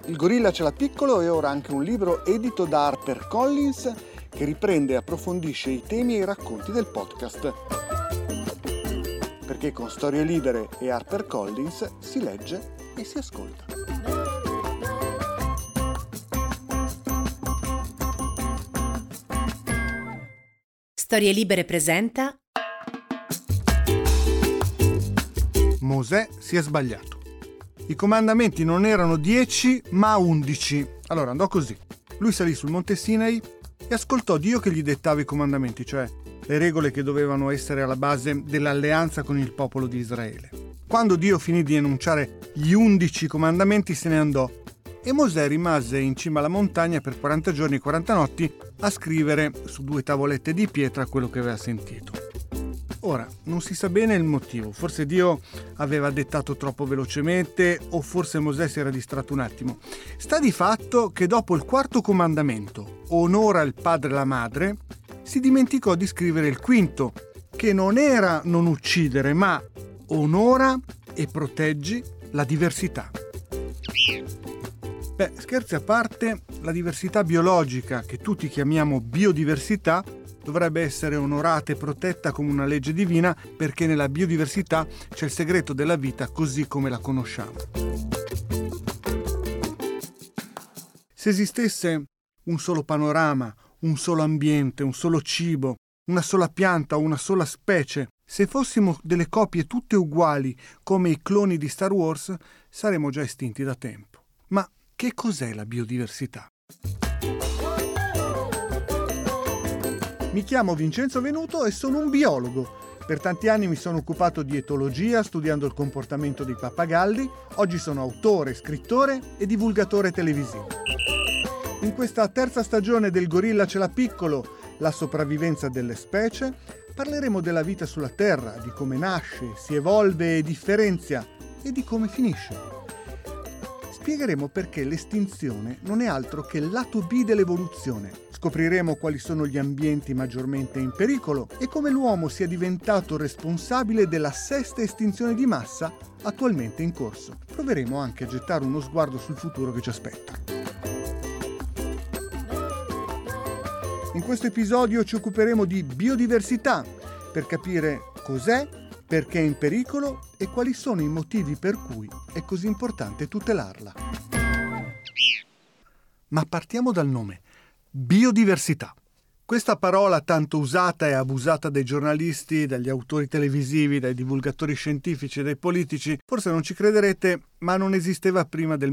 Il gorilla ce l'ha piccolo è ora anche un libro edito da HarperCollins che riprende e approfondisce i temi e i racconti del podcast. Perché con Storie Libere e HarperCollins si legge e si ascolta. Storie Libere presenta Mosè si è sbagliato. I comandamenti non erano 10 ma 11. Allora andò così. Lui salì sul monte Sinai e ascoltò Dio che gli dettava i comandamenti, cioè le regole che dovevano essere alla base dell'alleanza con il popolo di Israele. Quando Dio finì di enunciare gli 11 comandamenti se ne andò e Mosè rimase in cima alla montagna per 40 giorni e 40 notti a scrivere su 2 tavolette di pietra quello che aveva sentito. Ora, non si sa bene il motivo, forse Dio aveva dettato troppo velocemente o forse Mosè si era distratto un attimo. Sta di fatto che dopo il 4º comandamento, onora il padre e la madre, si dimenticò di scrivere il 5º, che non era non uccidere, ma onora e proteggi la diversità. Scherzi a parte, la diversità biologica, che tutti chiamiamo biodiversità, dovrebbe essere onorata e protetta come una legge divina perché nella biodiversità c'è il segreto della vita così come la conosciamo. Se esistesse un solo panorama, un solo ambiente, un solo cibo, una sola pianta o una sola specie, se fossimo delle copie tutte uguali come i cloni di Star Wars, saremmo già estinti da tempo. Ma che cos'è la biodiversità? Mi chiamo Vincenzo Venuto e sono un biologo. Per tanti anni mi sono occupato di etologia, studiando il comportamento dei pappagalli. Oggi sono autore, scrittore e divulgatore televisivo. In questa 3ª stagione del Gorilla ce l'ha piccolo, la sopravvivenza delle specie, parleremo della vita sulla Terra, di come nasce, si evolve e differenzia e di come finisce. Spiegheremo perché l'estinzione non è altro che il lato B dell'evoluzione. Scopriremo quali sono gli ambienti maggiormente in pericolo e come l'uomo sia diventato responsabile della 6ª estinzione di massa attualmente in corso. Proveremo anche a gettare uno sguardo sul futuro che ci aspetta. In questo episodio ci occuperemo di biodiversità per capire cos'è, perché è in pericolo e quali sono i motivi per cui è così importante tutelarla. Ma partiamo dal nome. Biodiversità. Questa parola tanto usata e abusata dai giornalisti, dagli autori televisivi, dai divulgatori scientifici e dai politici, forse non ci crederete, ma non esisteva prima del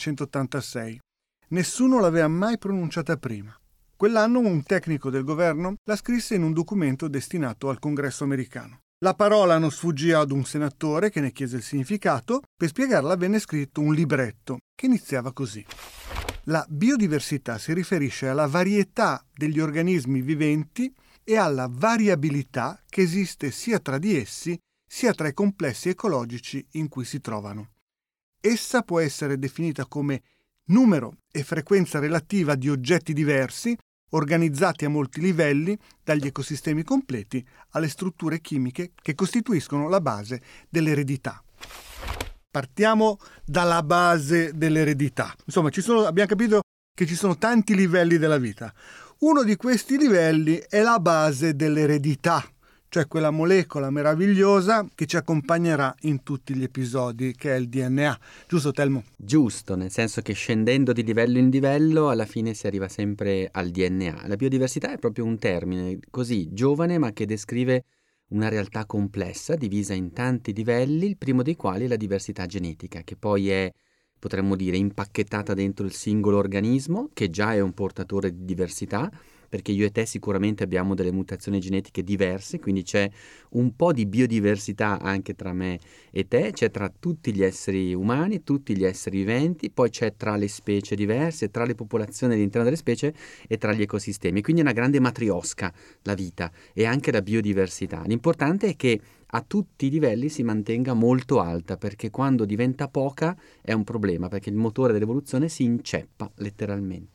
1986. Nessuno l'aveva mai pronunciata prima. Quell'anno un tecnico del governo la scrisse in un documento destinato al Congresso americano. La parola non sfuggì ad un senatore che ne chiese il significato. Per spiegarla venne scritto un libretto che iniziava così. La biodiversità si riferisce alla varietà degli organismi viventi e alla variabilità che esiste sia tra di essi sia tra i complessi ecologici in cui si trovano. Essa può essere definita come numero e frequenza relativa di oggetti diversi organizzati a molti livelli, dagli ecosistemi completi alle strutture chimiche che costituiscono la base dell'eredità. Partiamo dalla base dell'eredità. Insomma, abbiamo capito che ci sono tanti livelli della vita. Uno di questi livelli è la base dell'eredità, cioè quella molecola meravigliosa che ci accompagnerà in tutti gli episodi, che è il DNA. Giusto, Telmo? Giusto, nel senso che scendendo di livello in livello alla fine si arriva sempre al DNA. La biodiversità è proprio un termine così giovane ma che descrive una realtà complessa divisa in tanti livelli, il primo dei quali è la diversità genetica, che poi è, potremmo dire, impacchettata dentro il singolo organismo, che già è un portatore di diversità, perché io e te sicuramente abbiamo delle mutazioni genetiche diverse, quindi c'è un po' di biodiversità anche tra me e te, c'è tra tutti gli esseri umani, tutti gli esseri viventi, poi c'è tra le specie diverse, tra le popolazioni all'interno delle specie e tra gli ecosistemi. Quindi è una grande matriosca la vita e anche la biodiversità. L'importante è che a tutti i livelli si mantenga molto alta, perché quando diventa poca è un problema, perché il motore dell'evoluzione si inceppa letteralmente.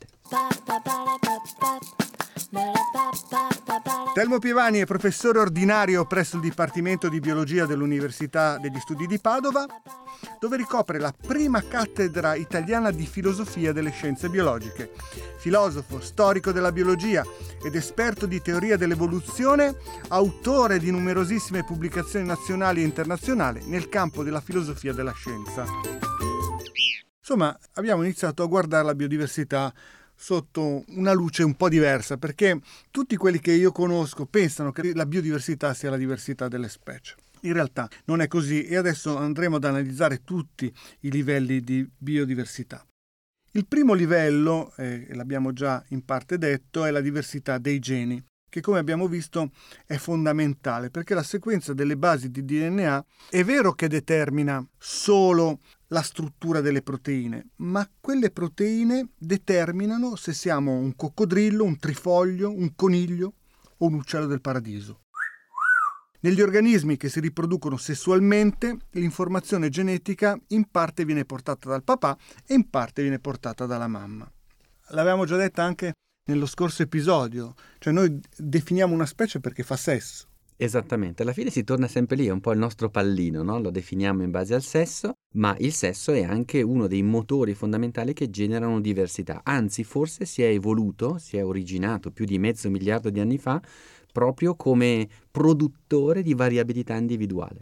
Telmo Pievani è professore ordinario presso il Dipartimento di Biologia dell'Università degli Studi di Padova. dove ricopre la prima cattedra italiana di filosofia delle scienze biologiche. Filosofo, storico della biologia ed esperto di teoria dell'evoluzione, autore di numerosissime pubblicazioni nazionali e internazionali nel campo della filosofia della scienza. Insomma, abbiamo iniziato a guardare la biodiversità sotto una luce un po' diversa, perché tutti quelli che io conosco pensano che la biodiversità sia la diversità delle specie. In realtà non è così e adesso andremo ad analizzare tutti i livelli di biodiversità. Il primo livello, l'abbiamo già in parte detto, è la diversità dei geni, che come abbiamo visto è fondamentale perché la sequenza delle basi di DNA è vero che determina solo la struttura delle proteine, ma quelle proteine determinano se siamo un coccodrillo, un trifoglio, un coniglio o un uccello del paradiso. Negli organismi che si riproducono sessualmente, l'informazione genetica in parte viene portata dal papà e in parte viene portata dalla mamma. L'avevamo già detta anche nello scorso episodio, cioè noi definiamo una specie perché fa sesso. Esattamente, alla fine si torna sempre lì, è un po' il nostro pallino, no? Lo definiamo in base al sesso, ma il sesso è anche uno dei motori fondamentali che generano diversità. Anzi, forse si è evoluto, si è originato più di 500 miliardi di anni fa, proprio come produttore di variabilità individuale.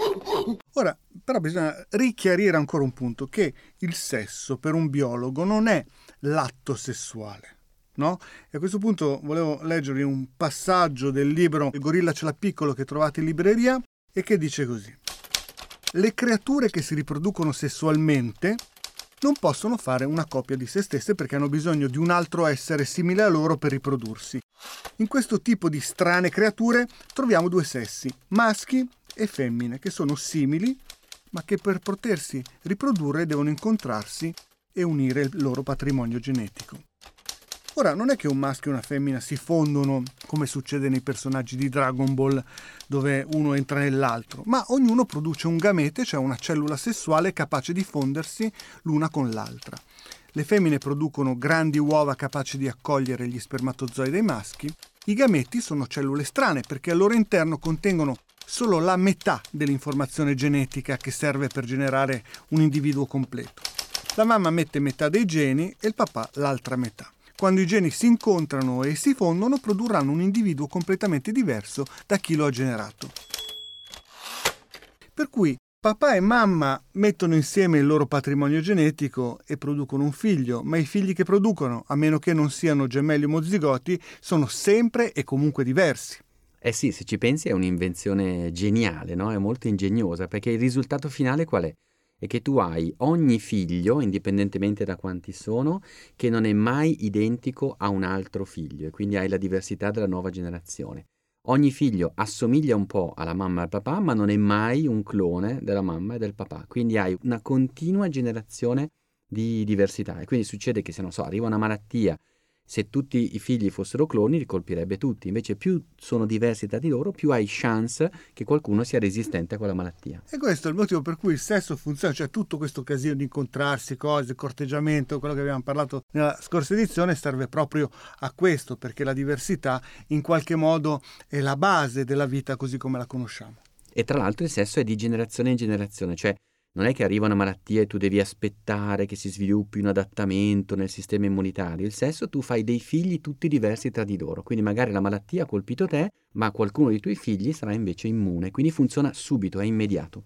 Ora, però bisogna richiarire ancora un punto, che il sesso per un biologo non è l'atto sessuale, no? E a questo punto volevo leggervi un passaggio del libro Il gorilla ce l'ha piccolo che trovate in libreria e che dice così: le creature che si riproducono sessualmente non possono fare una copia di se stesse perché hanno bisogno di un altro essere simile a loro per riprodursi. In questo tipo di strane creature troviamo due sessi, maschi e femmine, che sono simili, ma che per potersi riprodurre devono incontrarsi e unire il loro patrimonio genetico. Ora, non è che un maschio e una femmina si fondono come succede nei personaggi di Dragon Ball, dove uno entra nell'altro, ma ognuno produce un gamete, cioè una cellula sessuale capace di fondersi l'una con l'altra. Le femmine producono grandi uova capaci di accogliere gli spermatozoi dei maschi. I gameti sono cellule strane perché al loro interno contengono solo la metà dell'informazione genetica che serve per generare un individuo completo. La mamma mette metà dei geni e il papà l'altra metà. Quando i geni si incontrano e si fondono, produrranno un individuo completamente diverso da chi lo ha generato. Per cui papà e mamma mettono insieme il loro patrimonio genetico e producono un figlio, ma i figli che producono, a meno che non siano gemelli omozigoti, sono sempre e comunque diversi. Eh sì, se ci pensi è un'invenzione geniale, no? È molto ingegnosa, perché il risultato finale qual è? È che tu hai ogni figlio, indipendentemente da quanti sono, che non è mai identico a un altro figlio, e quindi hai la diversità della nuova generazione. Ogni figlio assomiglia un po' alla mamma e al papà, ma non è mai un clone della mamma e del papà. Quindi hai una continua generazione di diversità. E quindi succede che, se non so, arriva una malattia, se tutti i figli fossero cloni li colpirebbe tutti. Invece più sono diversi tra di loro, più hai chance che qualcuno sia resistente a quella malattia. E questo è il motivo per cui il sesso funziona, cioè tutto questo casino di incontrarsi, cose, corteggiamento, quello che abbiamo parlato nella scorsa edizione serve proprio a questo, perché la diversità in qualche modo è la base della vita così come la conosciamo. E tra l'altro il sesso è di generazione in generazione, cioè non è che arriva una malattia e tu devi aspettare che si sviluppi un adattamento nel sistema immunitario. Il sesso, tu fai dei figli tutti diversi tra di loro, quindi magari la malattia ha colpito te, ma qualcuno dei tuoi figli sarà invece immune, quindi funziona subito, è immediato.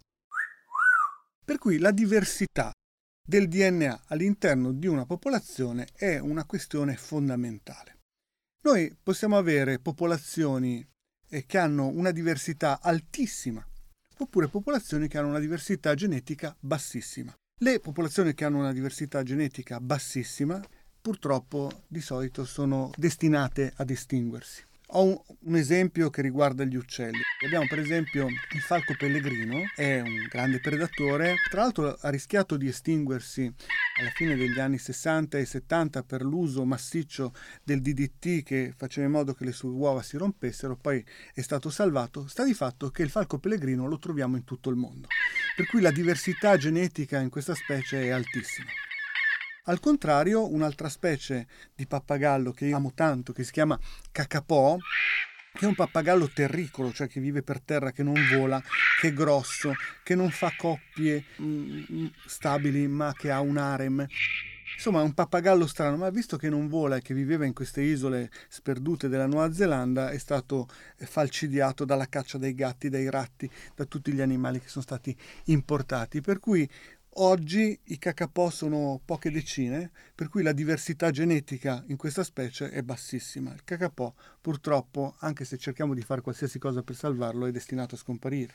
Per cui la diversità del DNA all'interno di una popolazione è una questione fondamentale. Noi possiamo avere popolazioni che hanno una diversità altissima, oppure popolazioni che hanno una diversità genetica bassissima. Le popolazioni che hanno una diversità genetica bassissima, purtroppo di solito sono destinate ad estinguersi. Ho un esempio che riguarda gli uccelli. Abbiamo per esempio il falco pellegrino, è un grande predatore, tra l'altro ha rischiato di estinguersi alla fine degli anni 60 e 70 per l'uso massiccio del DDT che faceva in modo che le sue uova si rompessero, poi è stato salvato. Sta di fatto che il falco pellegrino lo troviamo in tutto il mondo, per cui la diversità genetica in questa specie è altissima. Al contrario, un'altra specie di pappagallo che io amo tanto, che si chiama cacapò, che è un pappagallo terricolo, cioè che vive per terra, che non vola, che è grosso, che non fa coppie stabili, ma che ha un harem. Insomma, è un pappagallo strano, ma visto che non vola e che viveva in queste isole sperdute della Nuova Zelanda, è stato falcidiato dalla caccia dei gatti, dai ratti, da tutti gli animali che sono stati importati. Per cui oggi i cacapò sono poche decine, per cui la diversità genetica in questa specie è bassissima. Il cacapò, purtroppo, anche se cerchiamo di fare qualsiasi cosa per salvarlo, è destinato a scomparire.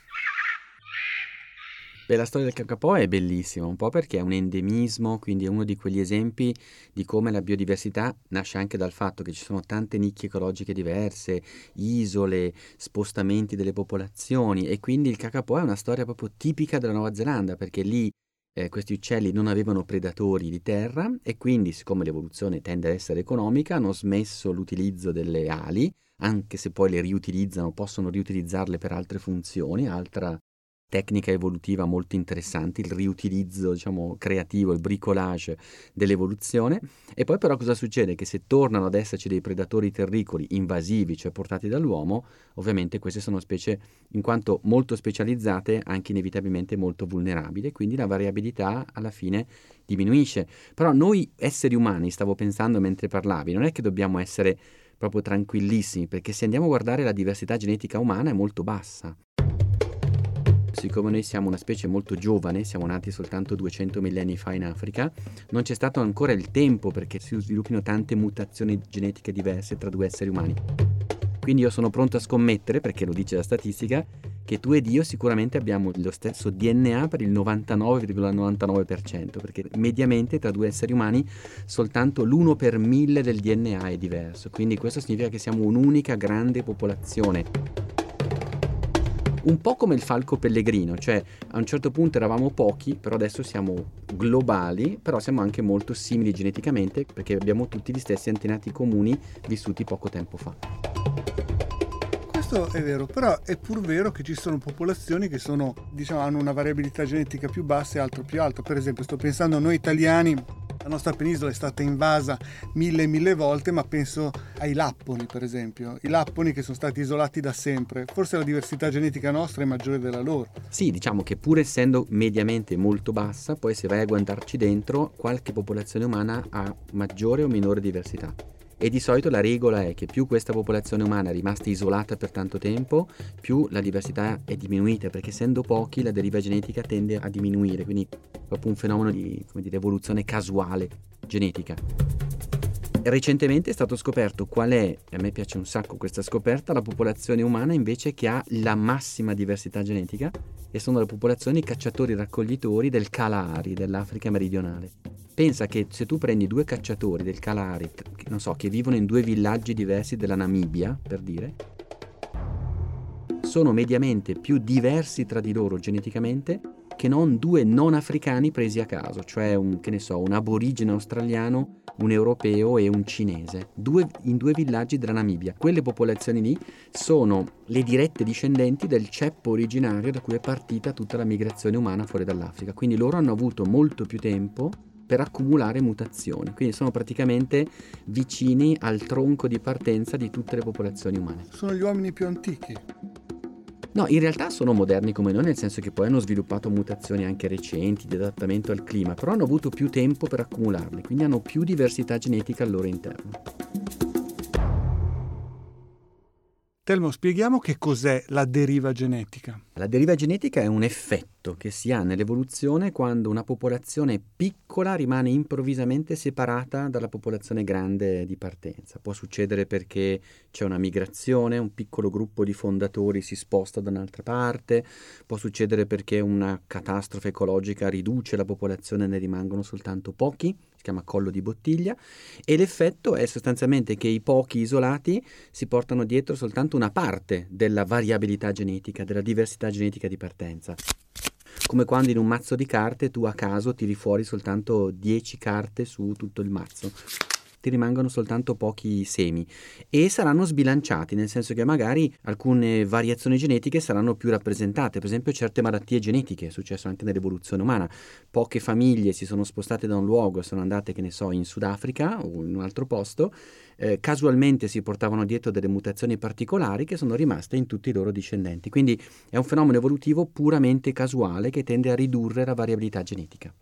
Beh, la storia del cacapò è bellissima, un po' perché è un endemismo, quindi è uno di quegli esempi di come la biodiversità nasce anche dal fatto che ci sono tante nicchie ecologiche diverse, isole, spostamenti delle popolazioni, e quindi il cacapò è una storia proprio tipica della Nuova Zelanda, perché lì questi uccelli non avevano predatori di terra e quindi, siccome l'evoluzione tende ad essere economica, hanno smesso l'utilizzo delle ali, anche se poi le riutilizzano, possono riutilizzarle per altre funzioni, altra tecnica evolutiva molto interessante, il riutilizzo, diciamo, creativo, il bricolage dell'evoluzione. E poi però cosa succede? Che se tornano ad esserci dei predatori terricoli invasivi, cioè portati dall'uomo, ovviamente queste sono specie, in quanto molto specializzate, anche inevitabilmente molto vulnerabili, quindi la variabilità alla fine diminuisce. Però noi esseri umani, stavo pensando mentre parlavi, non è che dobbiamo essere proprio tranquillissimi, perché se andiamo a guardare la diversità genetica umana è molto bassa. Siccome noi siamo una specie molto giovane, siamo nati soltanto 200 millenni fa in Africa, non c'è stato ancora il tempo perché si sviluppino tante mutazioni genetiche diverse tra due esseri umani. Quindi io sono pronto a scommettere, perché lo dice la statistica, che tu ed io sicuramente abbiamo lo stesso DNA per il 99,99%, perché mediamente tra due esseri umani soltanto l'1 per 1000 del DNA è diverso. Quindi questo significa che siamo un'unica grande popolazione. Un po' come il falco pellegrino, cioè a un certo punto eravamo pochi, però adesso siamo globali, però siamo anche molto simili geneticamente perché abbiamo tutti gli stessi antenati comuni vissuti poco tempo fa. Questo è vero, però è pur vero che ci sono popolazioni che sono, hanno una variabilità genetica più bassa e altre più alta. Per esempio, sto pensando a noi italiani. La nostra penisola è stata invasa mille volte, ma penso ai lapponi, per esempio. I lapponi che sono stati isolati da sempre. Forse la diversità genetica nostra è maggiore della loro. Sì, diciamo che pur essendo mediamente molto bassa, poi se vai a guardarci dentro, qualche popolazione umana ha maggiore o minore diversità. E di solito la regola è che più questa popolazione umana è rimasta isolata per tanto tempo, più la diversità è diminuita, perché essendo pochi la deriva genetica tende a diminuire, quindi è proprio un fenomeno di, evoluzione casuale genetica. Recentemente è stato scoperto qual è, e a me piace un sacco questa scoperta, la popolazione umana invece che ha la massima diversità genetica, e sono le popolazioni cacciatori-raccoglitori del Kalahari, dell'Africa meridionale. Pensa che se tu prendi due cacciatori del Kalahari, non so, che vivono in due villaggi diversi della Namibia, per dire, sono mediamente più diversi tra di loro geneticamente che non due non africani presi a caso, cioè un aborigene australiano, un europeo e un cinese, in due villaggi della Namibia. Quelle popolazioni lì sono le dirette discendenti del ceppo originario da cui è partita tutta la migrazione umana fuori dall'Africa, quindi loro hanno avuto molto più tempo per accumulare mutazioni, quindi sono praticamente vicini al tronco di partenza di tutte le popolazioni umane. Sono gli uomini più antichi. No, in realtà sono moderni come noi, nel senso che poi hanno sviluppato mutazioni anche recenti di adattamento al clima, però hanno avuto più tempo per accumularle, quindi hanno più diversità genetica al loro interno. Telmo, spieghiamo che cos'è la deriva genetica. La deriva genetica è un effetto che si ha nell'evoluzione quando una popolazione piccola rimane improvvisamente separata dalla popolazione grande di partenza. Può succedere perché c'è una migrazione, un piccolo gruppo di fondatori si sposta da un'altra parte, può succedere perché una catastrofe ecologica riduce la popolazione e ne rimangono soltanto pochi, si chiama collo di bottiglia, e l'effetto è sostanzialmente che i pochi isolati si portano dietro soltanto una parte della variabilità genetica, della diversità genetica di partenza. Come quando in un mazzo di carte tu a caso tiri fuori soltanto 10 carte su tutto il mazzo. ti rimangono soltanto pochi semi e saranno sbilanciati, nel senso che magari alcune variazioni genetiche saranno più rappresentate, per esempio certe malattie genetiche, è successo anche nell'evoluzione umana. Poche famiglie si sono spostate da un luogo e sono andate, che ne so, in Sudafrica o in un altro posto, casualmente si portavano dietro delle mutazioni particolari che sono rimaste in tutti i loro discendenti. Quindi è un fenomeno evolutivo puramente casuale che tende a ridurre la variabilità genetica.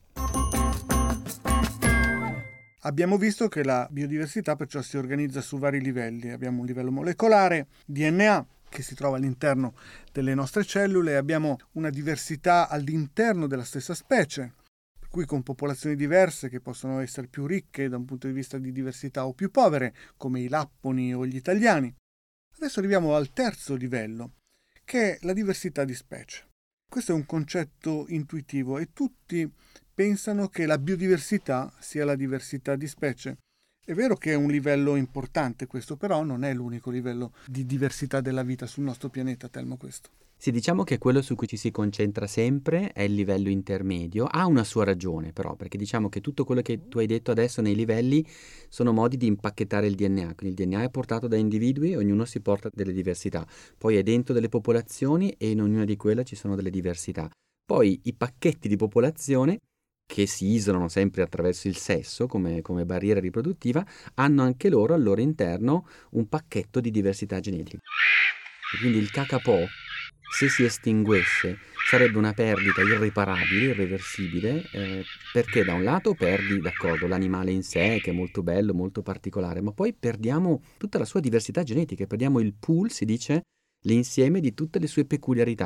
Abbiamo visto che la biodiversità perciò si organizza su vari livelli. Abbiamo un livello molecolare, DNA, che si trova all'interno delle nostre cellule, abbiamo una diversità all'interno della stessa specie, per cui con popolazioni diverse che possono essere più ricche da un punto di vista di diversità o più povere, come i lapponi o gli italiani. Adesso arriviamo al terzo livello, che è la diversità di specie. Questo è un concetto intuitivo e tutti pensano che la biodiversità sia la diversità di specie. È vero che è un livello importante questo, però non è l'unico livello di diversità della vita sul nostro pianeta, Telmo, questo. Sì, diciamo che quello su cui ci si concentra sempre è il livello intermedio. Ha una sua ragione però, perché diciamo che tutto quello che tu hai detto adesso nei livelli sono modi di impacchettare il DNA. Quindi il DNA è portato da individui, ognuno si porta delle diversità. Poi è dentro delle popolazioni e in ognuna di quelle ci sono delle diversità. Poi i pacchetti di popolazione, che si isolano sempre attraverso il sesso come barriera riproduttiva, hanno anche loro al loro interno un pacchetto di diversità genetica. Quindi il kakapo, se si estinguesse, sarebbe una perdita irreparabile, irreversibile, perché da un lato perdi, d'accordo, l'animale in sé, che è molto bello, molto particolare, ma poi perdiamo tutta la sua diversità genetica, perdiamo il pool, si dice, l'insieme di tutte le sue peculiarità,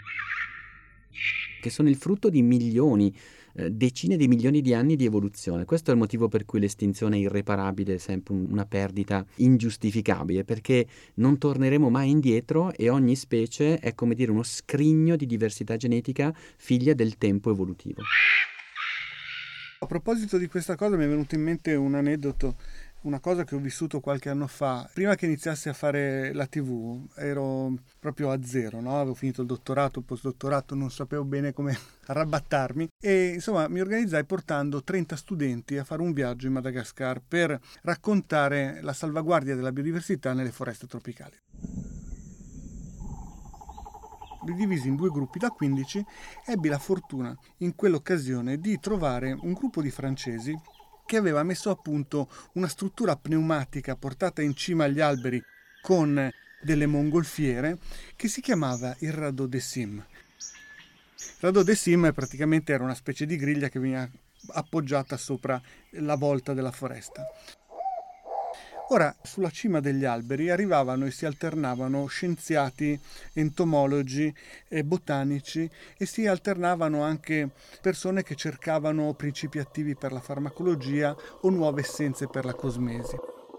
che sono il frutto di milioni, decine di milioni di anni di evoluzione. Questo è il motivo per cui l'estinzione è irreparabile, è sempre una perdita ingiustificabile, perché non torneremo mai indietro e ogni specie è come dire uno scrigno di diversità genetica figlia del tempo evolutivo. A proposito di questa cosa mi è venuto in mente un aneddoto, una cosa che ho vissuto qualche anno fa. Prima che iniziassi a fare la TV ero proprio a zero, no? Avevo finito il dottorato, il postdottorato, non sapevo bene come arrabattarmi e insomma mi organizzai portando 30 studenti a fare un viaggio in Madagascar per raccontare la salvaguardia della biodiversità nelle foreste tropicali. Li divisi in 2 gruppi da 15 e ebbi la fortuna in quell'occasione di trovare un gruppo di francesi che aveva messo a punto una struttura pneumatica portata in cima agli alberi con delle mongolfiere che si chiamava il radeau des cimes. Il radeau des cimes praticamente era una specie di griglia che veniva appoggiata sopra la volta della foresta. Ora, sulla cima degli alberi arrivavano e si alternavano scienziati, entomologi, botanici e si alternavano anche persone che cercavano principi attivi per la farmacologia o nuove essenze per la cosmesi.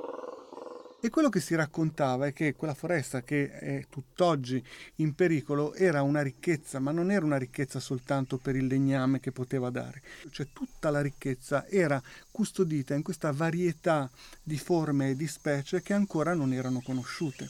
E quello che si raccontava è che quella foresta che è tutt'oggi in pericolo era una ricchezza, ma non era una ricchezza soltanto per il legname che poteva dare. Cioè tutta la ricchezza era custodita in questa varietà di forme e di specie che ancora non erano conosciute.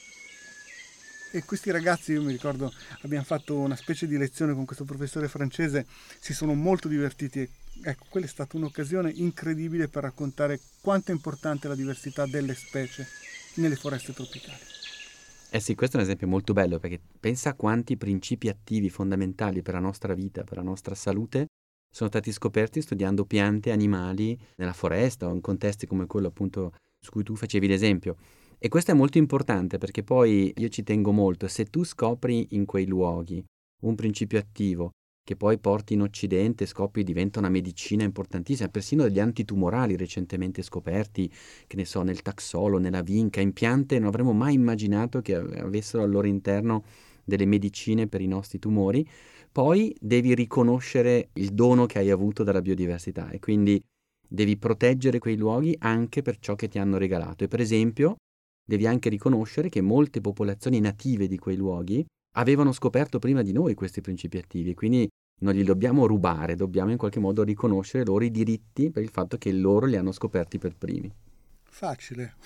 E questi ragazzi, io mi ricordo, abbiamo fatto una specie di lezione con questo professore francese, si sono molto divertiti. Ecco, quella è stata un'occasione incredibile per raccontare quanto è importante la diversità delle specie nelle foreste tropicali. Eh sì, questo è un esempio molto bello, perché pensa a quanti principi attivi fondamentali per la nostra vita, per la nostra salute, sono stati scoperti studiando piante e animali nella foresta o in contesti come quello appunto su cui tu facevi l'esempio. E questo è molto importante perché poi io ci tengo molto, se tu scopri in quei luoghi un principio attivo che poi porti in Occidente, scopri, diventa una medicina importantissima, persino degli antitumorali recentemente scoperti, che ne so, nel taxolo, nella vinca, in piante non avremmo mai immaginato che avessero al loro interno delle medicine per i nostri tumori, poi devi riconoscere il dono che hai avuto dalla biodiversità e quindi devi proteggere quei luoghi anche per ciò che ti hanno regalato e per esempio devi anche riconoscere che molte popolazioni native di quei luoghi avevano scoperto prima di noi questi principi attivi, quindi non li dobbiamo rubare, dobbiamo in qualche modo riconoscere loro i diritti per il fatto che loro li hanno scoperti per primi. Facile.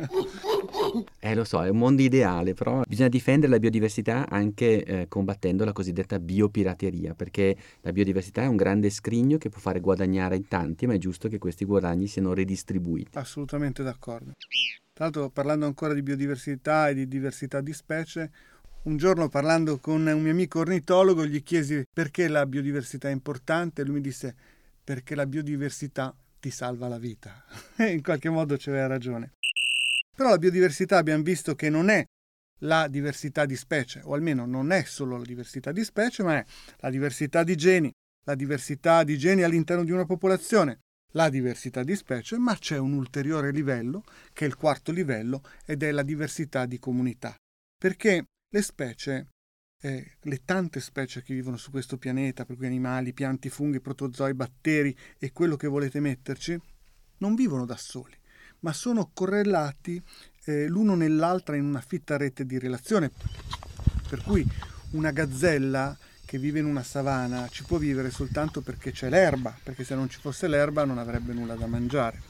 Lo so, è un mondo ideale, però bisogna difendere la biodiversità anche combattendo la cosiddetta biopirateria, perché la biodiversità è un grande scrigno che può fare guadagnare in tanti, ma è giusto che questi guadagni siano redistribuiti. Assolutamente d'accordo. Tra l'altro, parlando ancora di biodiversità e di diversità di specie, un giorno parlando con un mio amico ornitologo gli chiesi perché la biodiversità è importante e lui mi disse perché la biodiversità ti salva la vita. E in qualche modo c'aveva ragione. Però la biodiversità abbiamo visto che non è la diversità di specie, o almeno non è solo la diversità di specie, ma è la diversità di geni, la diversità di geni all'interno di una popolazione, la diversità di specie, ma c'è un ulteriore livello, che è il quarto livello, ed è la diversità di comunità. Perché le specie, le tante specie che vivono su questo pianeta, per cui animali, pianti, funghi, protozoi, batteri e quello che volete metterci, non vivono da soli, ma sono correlati l'uno nell'altra in una fitta rete di relazione. Per cui una gazzella che vive in una savana ci può vivere soltanto perché c'è l'erba, perché se non ci fosse l'erba non avrebbe nulla da mangiare.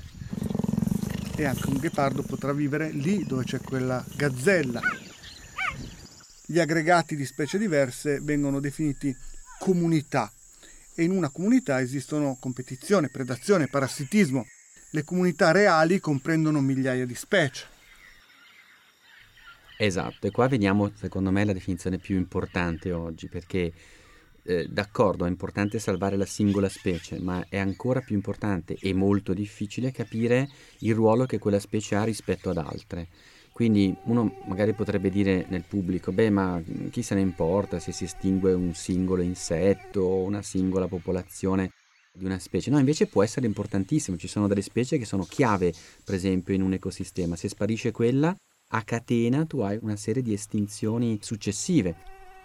E anche un ghepardo potrà vivere lì dove c'è quella gazzella. Gli aggregati di specie diverse vengono definiti comunità e in una comunità esistono competizione, predazione, parassitismo. Le comunità reali comprendono migliaia di specie. Esatto, e qua veniamo, secondo me, alla definizione più importante oggi, perché d'accordo, è importante salvare la singola specie, ma è ancora più importante e molto difficile capire il ruolo che quella specie ha rispetto ad altre. Quindi uno magari potrebbe dire nel pubblico, beh, ma chi se ne importa se si estingue un singolo insetto o una singola popolazione di una specie? No, invece può essere importantissimo. Ci sono delle specie che sono chiave, per esempio, in un ecosistema. Se sparisce quella, a catena tu hai una serie di estinzioni successive.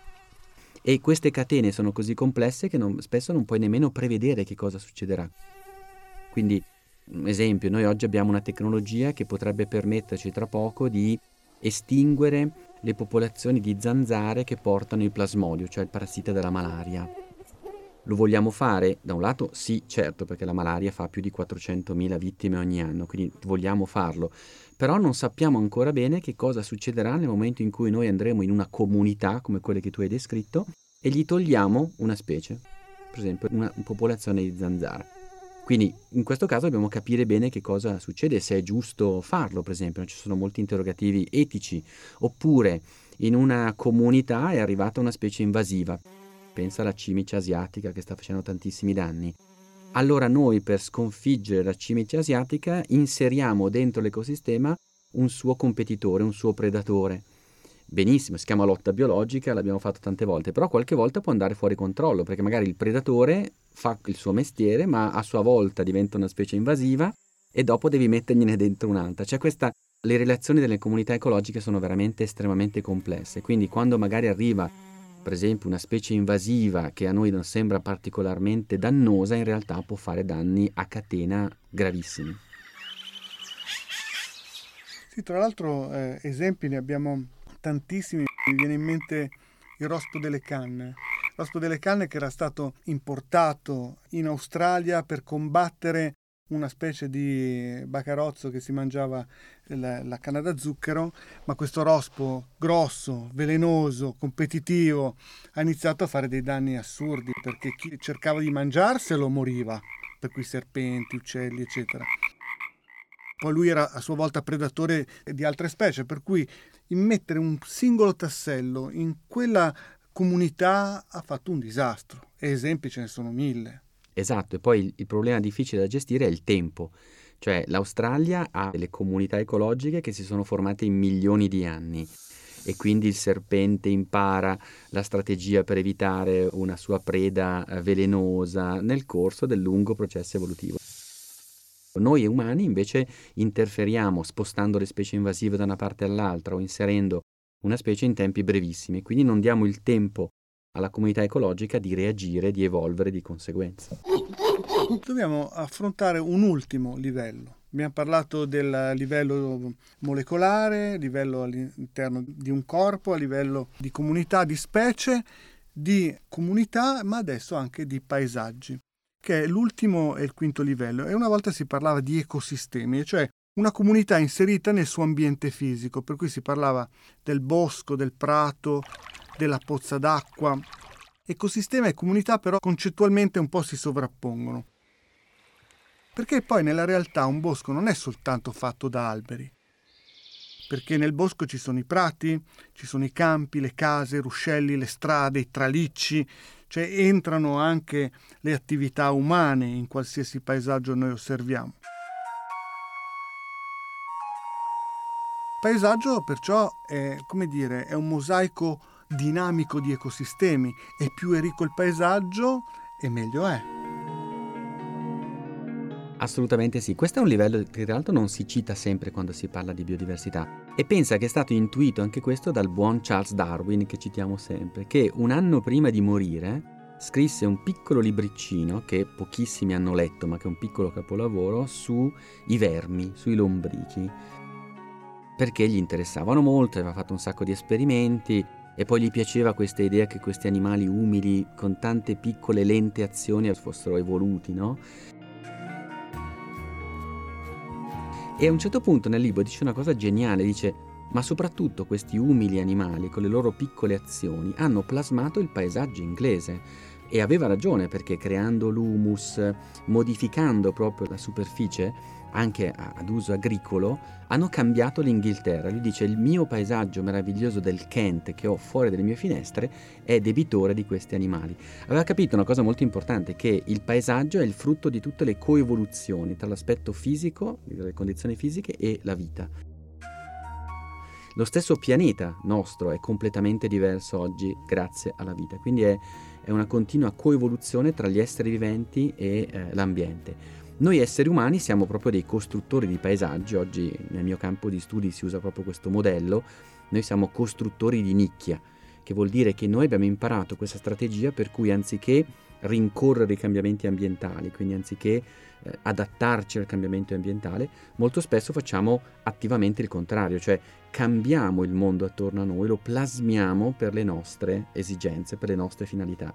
E queste catene sono così complesse che spesso non puoi nemmeno prevedere che cosa succederà. Quindi, un esempio, noi oggi abbiamo una tecnologia che potrebbe permetterci tra poco di estinguere le popolazioni di zanzare che portano il plasmodio, cioè il parassita della malaria. Lo vogliamo fare? Da un lato sì, certo, perché la malaria fa più di 400.000 vittime ogni anno, quindi vogliamo farlo. Però non sappiamo ancora bene che cosa succederà nel momento in cui noi andremo in una comunità, come quelle che tu hai descritto, e gli togliamo una specie, per esempio una popolazione di zanzara. Quindi in questo caso dobbiamo capire bene che cosa succede, se è giusto farlo, per esempio. Ci sono molti interrogativi etici. Oppure in una comunità è arrivata una specie invasiva. Pensa alla cimice asiatica che sta facendo tantissimi danni. Allora noi, per sconfiggere la cimice asiatica, inseriamo dentro l'ecosistema un suo competitore, un suo predatore. Benissimo, si chiama lotta biologica, l'abbiamo fatto tante volte, però qualche volta può andare fuori controllo, perché magari il predatore fa il suo mestiere, ma a sua volta diventa una specie invasiva e dopo devi mettergliene dentro un'altra. Le relazioni delle comunità ecologiche sono veramente estremamente complesse, quindi quando magari arriva per esempio una specie invasiva che a noi non sembra particolarmente dannosa, in realtà può fare danni a catena gravissimi. Sì, tra l'altro esempi ne abbiamo tantissimi. Mi viene in mente il rospo delle canne. Il rospo delle canne che era stato importato in Australia per combattere una specie di bacarozzo che si mangiava la canna da zucchero, ma questo rospo grosso, velenoso, competitivo ha iniziato a fare dei danni assurdi perché chi cercava di mangiarselo moriva, per cui serpenti, uccelli, eccetera. Poi lui era a sua volta predatore di altre specie, per cui immettere un singolo tassello in quella comunità ha fatto un disastro. E esempi ce ne sono 1000. Esatto, e poi il problema difficile da gestire è il tempo. Cioè l'Australia ha delle comunità ecologiche che si sono formate in milioni di anni e quindi il serpente impara la strategia per evitare una sua preda velenosa nel corso del lungo processo evolutivo. Noi umani invece interferiamo spostando le specie invasive da una parte all'altra o inserendo una specie in tempi brevissimi, quindi non diamo il tempo alla comunità ecologica di reagire, di evolvere di conseguenza. Dobbiamo affrontare un ultimo livello. Abbiamo parlato del livello molecolare, livello all'interno di un corpo, a livello di comunità, di specie, di comunità, ma adesso anche di paesaggi, che è l'ultimo e il quinto livello. E una volta si parlava di ecosistemi, cioè una comunità inserita nel suo ambiente fisico, per cui si parlava del bosco, del prato, della pozza d'acqua. Ecosistema e comunità però concettualmente un po' si sovrappongono. Perché poi nella realtà un bosco non è soltanto fatto da alberi, perché nel bosco ci sono i prati, ci sono i campi, le case, i ruscelli, le strade, i tralicci, cioè entrano anche le attività umane in qualsiasi paesaggio noi osserviamo. Il paesaggio perciò è, come dire, è un mosaico dinamico di ecosistemi, e più è ricco il paesaggio e meglio è. Assolutamente sì, questo è un livello che tra l'altro non si cita sempre quando si parla di biodiversità, e pensa che è stato intuito anche questo dal buon Charles Darwin, che citiamo sempre, che un anno prima di morire scrisse un piccolo libriccino che pochissimi hanno letto, ma che è un piccolo capolavoro, sui vermi, sui lombrichi, perché gli interessavano molto, aveva fatto un sacco di esperimenti e poi gli piaceva questa idea che questi animali umili con tante piccole lente azioni fossero evoluti, no? E a un certo punto nel libro dice una cosa geniale, dice: ma soprattutto questi umili animali con le loro piccole azioni hanno plasmato il paesaggio inglese. E aveva ragione, perché creando l'humus, modificando proprio la superficie anche ad uso agricolo, hanno cambiato l'Inghilterra. Lui dice: il mio paesaggio meraviglioso del Kent che ho fuori dalle mie finestre è debitore di questi animali. Aveva capito una cosa molto importante, che il paesaggio è il frutto di tutte le coevoluzioni tra l'aspetto fisico, le condizioni fisiche, e la vita. Lo stesso pianeta nostro è completamente diverso oggi grazie alla vita, quindi è una continua coevoluzione tra gli esseri viventi e l'ambiente. Noi esseri umani siamo proprio dei costruttori di paesaggi. Oggi nel mio campo di studi si usa proprio questo modello. Noi siamo costruttori di nicchia, che vuol dire che noi abbiamo imparato questa strategia per cui anziché rincorrere i cambiamenti ambientali, quindi anziché adattarci al cambiamento ambientale, molto spesso facciamo attivamente il contrario, cioè cambiamo il mondo attorno a noi, lo plasmiamo per le nostre esigenze, per le nostre finalità.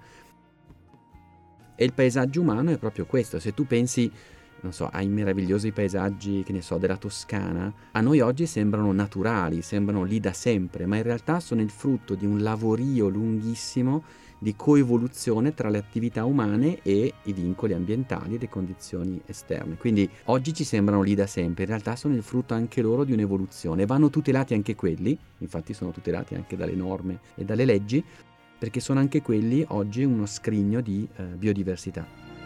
E il paesaggio umano è proprio questo. Se tu pensi, non so, ai meravigliosi paesaggi, che ne so, della Toscana, a noi oggi sembrano naturali, sembrano lì da sempre, ma in realtà sono il frutto di un lavorio lunghissimo di coevoluzione tra le attività umane e i vincoli ambientali e le condizioni esterne. Quindi oggi ci sembrano lì da sempre, in realtà sono il frutto anche loro di un'evoluzione. Vanno tutelati anche quelli, infatti sono tutelati anche dalle norme e dalle leggi, perché sono anche quelli oggi uno scrigno di biodiversità.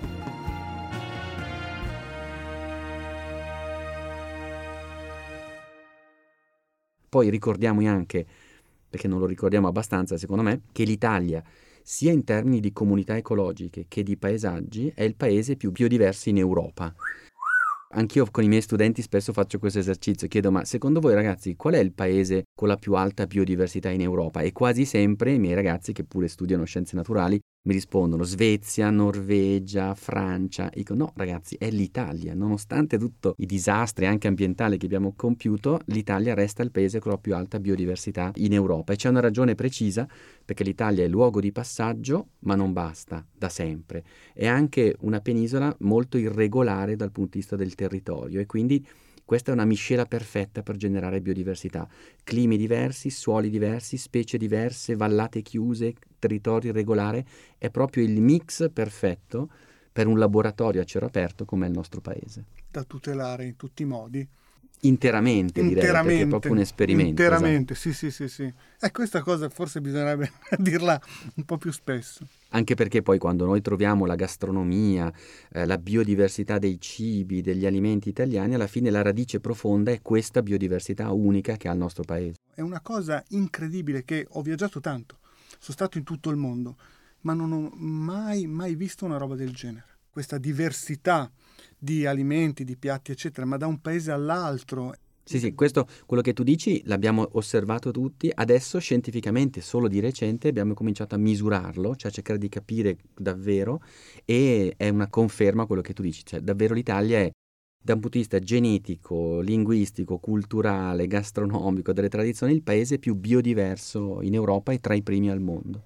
Poi ricordiamo anche, perché non lo ricordiamo abbastanza secondo me, che l'Italia, sia in termini di comunità ecologiche che di paesaggi, è il paese più biodiverso in Europa. Anch'io con i miei studenti spesso faccio questo esercizio, chiedo: ma secondo voi ragazzi qual è il paese con la più alta biodiversità in Europa? E quasi sempre i miei ragazzi, che pure studiano scienze naturali, mi rispondono Svezia, Norvegia, Francia. Dico: no ragazzi, è l'Italia. Nonostante tutti i disastri anche ambientali che abbiamo compiuto, l'Italia resta il paese con la più alta biodiversità in Europa. E c'è una ragione precisa, perché l'Italia è luogo di passaggio, ma non basta, da sempre. È anche una penisola molto irregolare dal punto di vista del territorio, e quindi questa è una miscela perfetta per generare biodiversità. Climi diversi, suoli diversi, specie diverse, vallate chiuse, territorio irregolare. È proprio il mix perfetto per un laboratorio a cielo aperto come è il nostro paese. Da tutelare in tutti i modi. Interamente, direi, perché è proprio un esperimento. Interamente, esatto. Sì. E questa cosa forse bisognerebbe dirla un po' più spesso. Anche perché poi quando noi troviamo la gastronomia, la biodiversità dei cibi, degli alimenti italiani, alla fine la radice profonda è questa biodiversità unica che ha il nostro paese. È una cosa incredibile, che ho viaggiato tanto, sono stato in tutto il mondo, ma non ho mai visto una roba del genere. Questa diversità di alimenti, di piatti, eccetera, ma da un paese all'altro. Sì, questo, quello che tu dici, l'abbiamo osservato tutti. Adesso scientificamente, solo di recente, abbiamo cominciato a misurarlo, cioè a cercare di capire davvero, e è una conferma quello che tu dici, cioè davvero l'Italia è, da un punto di vista genetico, linguistico, culturale, gastronomico, delle tradizioni, il paese più biodiverso in Europa e tra i primi al mondo.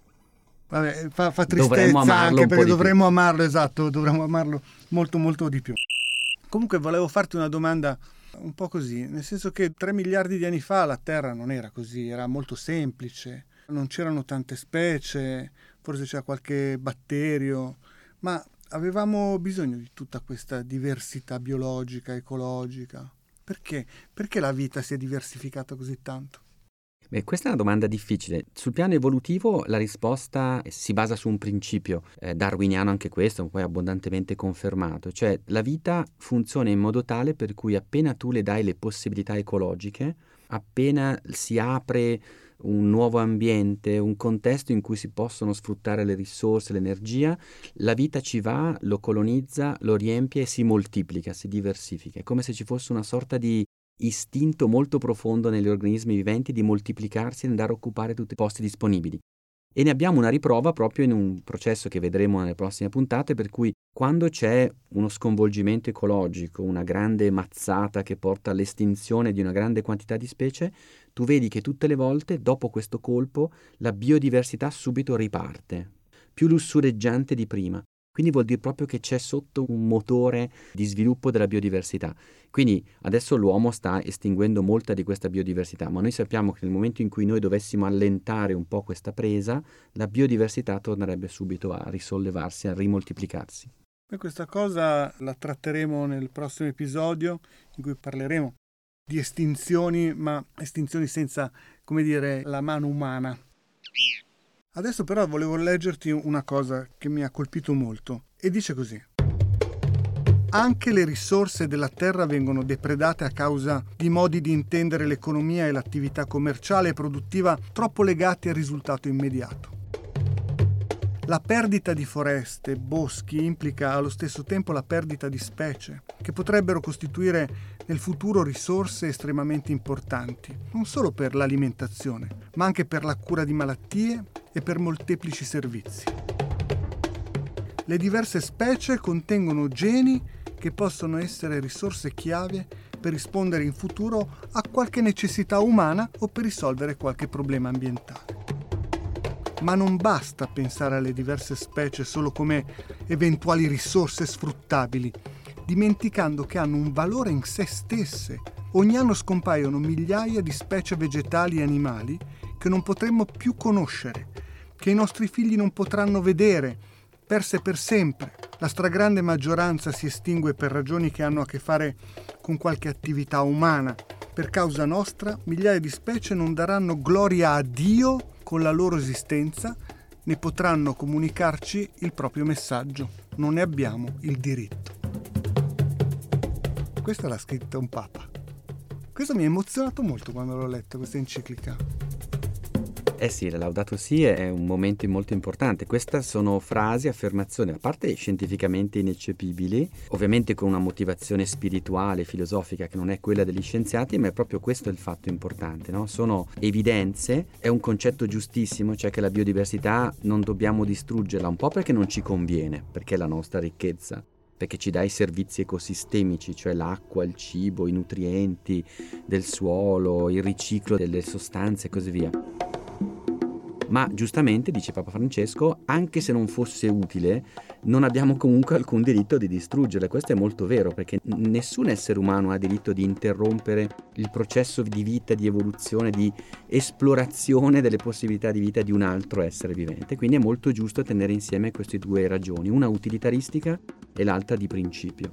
Vabbè, fa tristezza anche perché dovremmo amarlo, esatto, dovremmo amarlo molto molto di più. Comunque volevo farti una domanda un po' così, nel senso che 3 miliardi di anni fa la Terra non era così, era molto semplice, non c'erano tante specie, forse c'era qualche batterio, ma avevamo bisogno di tutta questa diversità biologica, ecologica. Perché? Perché la vita si è diversificata così tanto? Beh, questa è una domanda difficile. Sul piano evolutivo la risposta si basa su un principio, darwiniano anche questo, poi abbondantemente confermato, cioè la vita funziona in modo tale per cui appena tu le dai le possibilità ecologiche, appena si apre un nuovo ambiente, un contesto in cui si possono sfruttare le risorse, l'energia, la vita ci va, lo colonizza, lo riempie e si moltiplica, si diversifica. È come se ci fosse una sorta di istinto molto profondo negli organismi viventi di moltiplicarsi e andare a occupare tutti i posti disponibili. E ne abbiamo una riprova proprio in un processo che vedremo nelle prossime puntate, per cui quando c'è uno sconvolgimento ecologico, una grande mazzata che porta all'estinzione di una grande quantità di specie, tu vedi che tutte le volte, dopo questo colpo, la biodiversità subito riparte, più lussureggiante di prima. Quindi vuol dire proprio che c'è sotto un motore di sviluppo della biodiversità. Quindi adesso l'uomo sta estinguendo molta di questa biodiversità, ma noi sappiamo che nel momento in cui noi dovessimo allentare un po' questa presa, la biodiversità tornerebbe subito a risollevarsi, a rimoltiplicarsi. E questa cosa la tratteremo nel prossimo episodio, in cui parleremo di estinzioni, ma estinzioni senza, come dire, la mano umana. Adesso però volevo leggerti una cosa che mi ha colpito molto e dice così: anche le risorse della terra vengono depredate a causa di modi di intendere l'economia e l'attività commerciale e produttiva troppo legati al risultato immediato. La perdita di foreste, boschi implica allo stesso tempo la perdita di specie che potrebbero costituire nel futuro risorse estremamente importanti, non solo per l'alimentazione, ma anche per la cura di malattie e per molteplici servizi. Le diverse specie contengono geni che possono essere risorse chiave per rispondere in futuro a qualche necessità umana o per risolvere qualche problema ambientale. Ma non basta pensare alle diverse specie solo come eventuali risorse sfruttabili, dimenticando che hanno un valore in sé stesse. Ogni anno scompaiono migliaia di specie vegetali e animali che non potremmo più conoscere, che i nostri figli non potranno vedere, perse per sempre. La stragrande maggioranza si estingue per ragioni che hanno a che fare con qualche attività umana. Per causa nostra, migliaia di specie non daranno gloria a Dio con la loro esistenza, né potranno comunicarci il proprio messaggio. Non ne abbiamo il diritto. Questa l'ha scritta un papa. Questo mi ha emozionato molto quando l'ho letta, questa enciclica. Eh sì, la Laudato Si è un momento molto importante. Queste sono frasi, affermazioni, a parte scientificamente ineccepibili, ovviamente con una motivazione spirituale, filosofica che non è quella degli scienziati, ma è proprio questo il fatto importante, no? Sono evidenze, è un concetto giustissimo, cioè che la biodiversità non dobbiamo distruggerla, un po' perché non ci conviene, perché è la nostra ricchezza, perché ci dà i servizi ecosistemici, cioè l'acqua, il cibo, i nutrienti del suolo, il riciclo delle sostanze e così via. Ma giustamente, dice Papa Francesco, anche se non fosse utile, non abbiamo comunque alcun diritto di distruggerla. Questo è molto vero, perché nessun essere umano ha diritto di interrompere il processo di vita, di evoluzione, di esplorazione delle possibilità di vita di un altro essere vivente. Quindi è molto giusto tenere insieme queste due ragioni, una utilitaristica e l'altra di principio.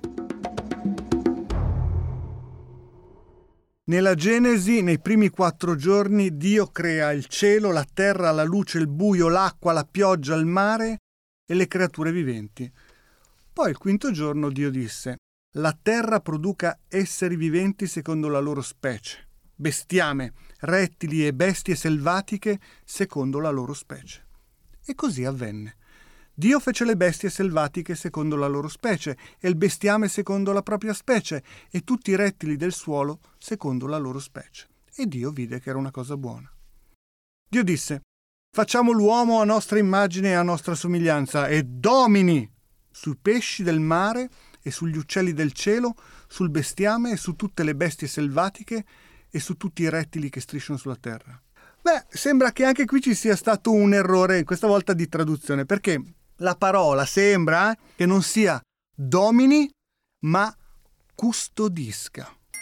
Nella Genesi, nei primi 4 giorni, Dio crea il cielo, la terra, la luce, il buio, l'acqua, la pioggia, il mare e le creature viventi. Poi il 5° giorno Dio disse: la terra produca esseri viventi secondo la loro specie, bestiame, rettili e bestie selvatiche secondo la loro specie. E così avvenne. Dio fece le bestie selvatiche secondo la loro specie, e il bestiame secondo la propria specie, e tutti i rettili del suolo secondo la loro specie. E Dio vide che era una cosa buona. Dio disse: facciamo l'uomo a nostra immagine e a nostra somiglianza, e domini sui pesci del mare e sugli uccelli del cielo, sul bestiame e su tutte le bestie selvatiche e su tutti i rettili che strisciano sulla terra. Beh, sembra che anche qui ci sia stato un errore, questa volta di traduzione, perché la parola sembra che non sia domini, ma custodisca.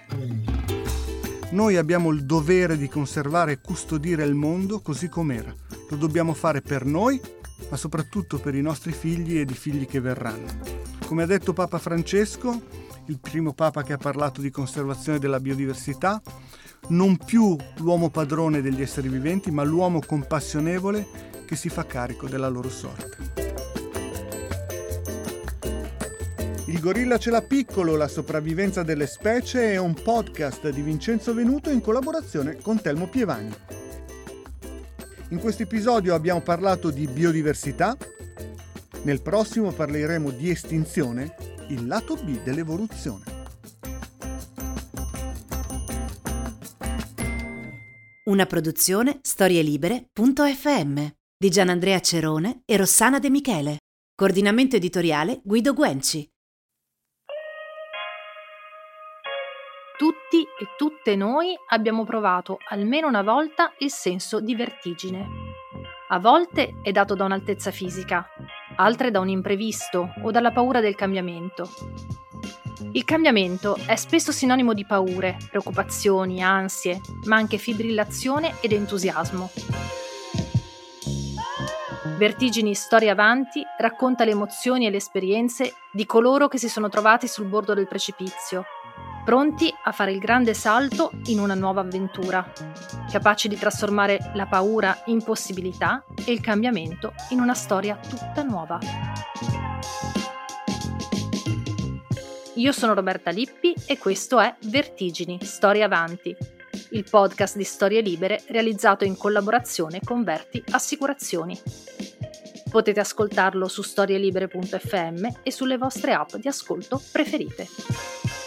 Noi abbiamo il dovere di conservare e custodire il mondo così com'era. Lo dobbiamo fare per noi, ma soprattutto per i nostri figli ed i figli che verranno. Come ha detto Papa Francesco, il primo Papa che ha parlato di conservazione della biodiversità, non più l'uomo padrone degli esseri viventi, ma l'uomo compassionevole che si fa carico della loro sorte. Il gorilla ce l'ha piccolo, la sopravvivenza delle specie è un podcast di Vincenzo Venuto in collaborazione con Telmo Pievani. In questo episodio abbiamo parlato di biodiversità, nel prossimo parleremo di estinzione, il lato B dell'evoluzione. Una produzione storielibere.fm di Gianandrea Cerone e Rossana De Michele. Coordinamento editoriale Guido Guenci. Tutti e tutte noi abbiamo provato almeno una volta il senso di vertigine. A volte è dato da un'altezza fisica, altre da un imprevisto o dalla paura del cambiamento. Il cambiamento è spesso sinonimo di paure, preoccupazioni, ansie, ma anche fibrillazione ed entusiasmo. Vertigini Storie Avanti racconta le emozioni e le esperienze di coloro che si sono trovati sul bordo del precipizio, pronti a fare il grande salto in una nuova avventura, capaci di trasformare la paura in possibilità e il cambiamento in una storia tutta nuova. Io sono Roberta Lippi e questo è Vertigini, Storie Avanti, il podcast di storie libere realizzato in collaborazione con Verti Assicurazioni. Potete ascoltarlo su storielibere.fm e sulle vostre app di ascolto preferite.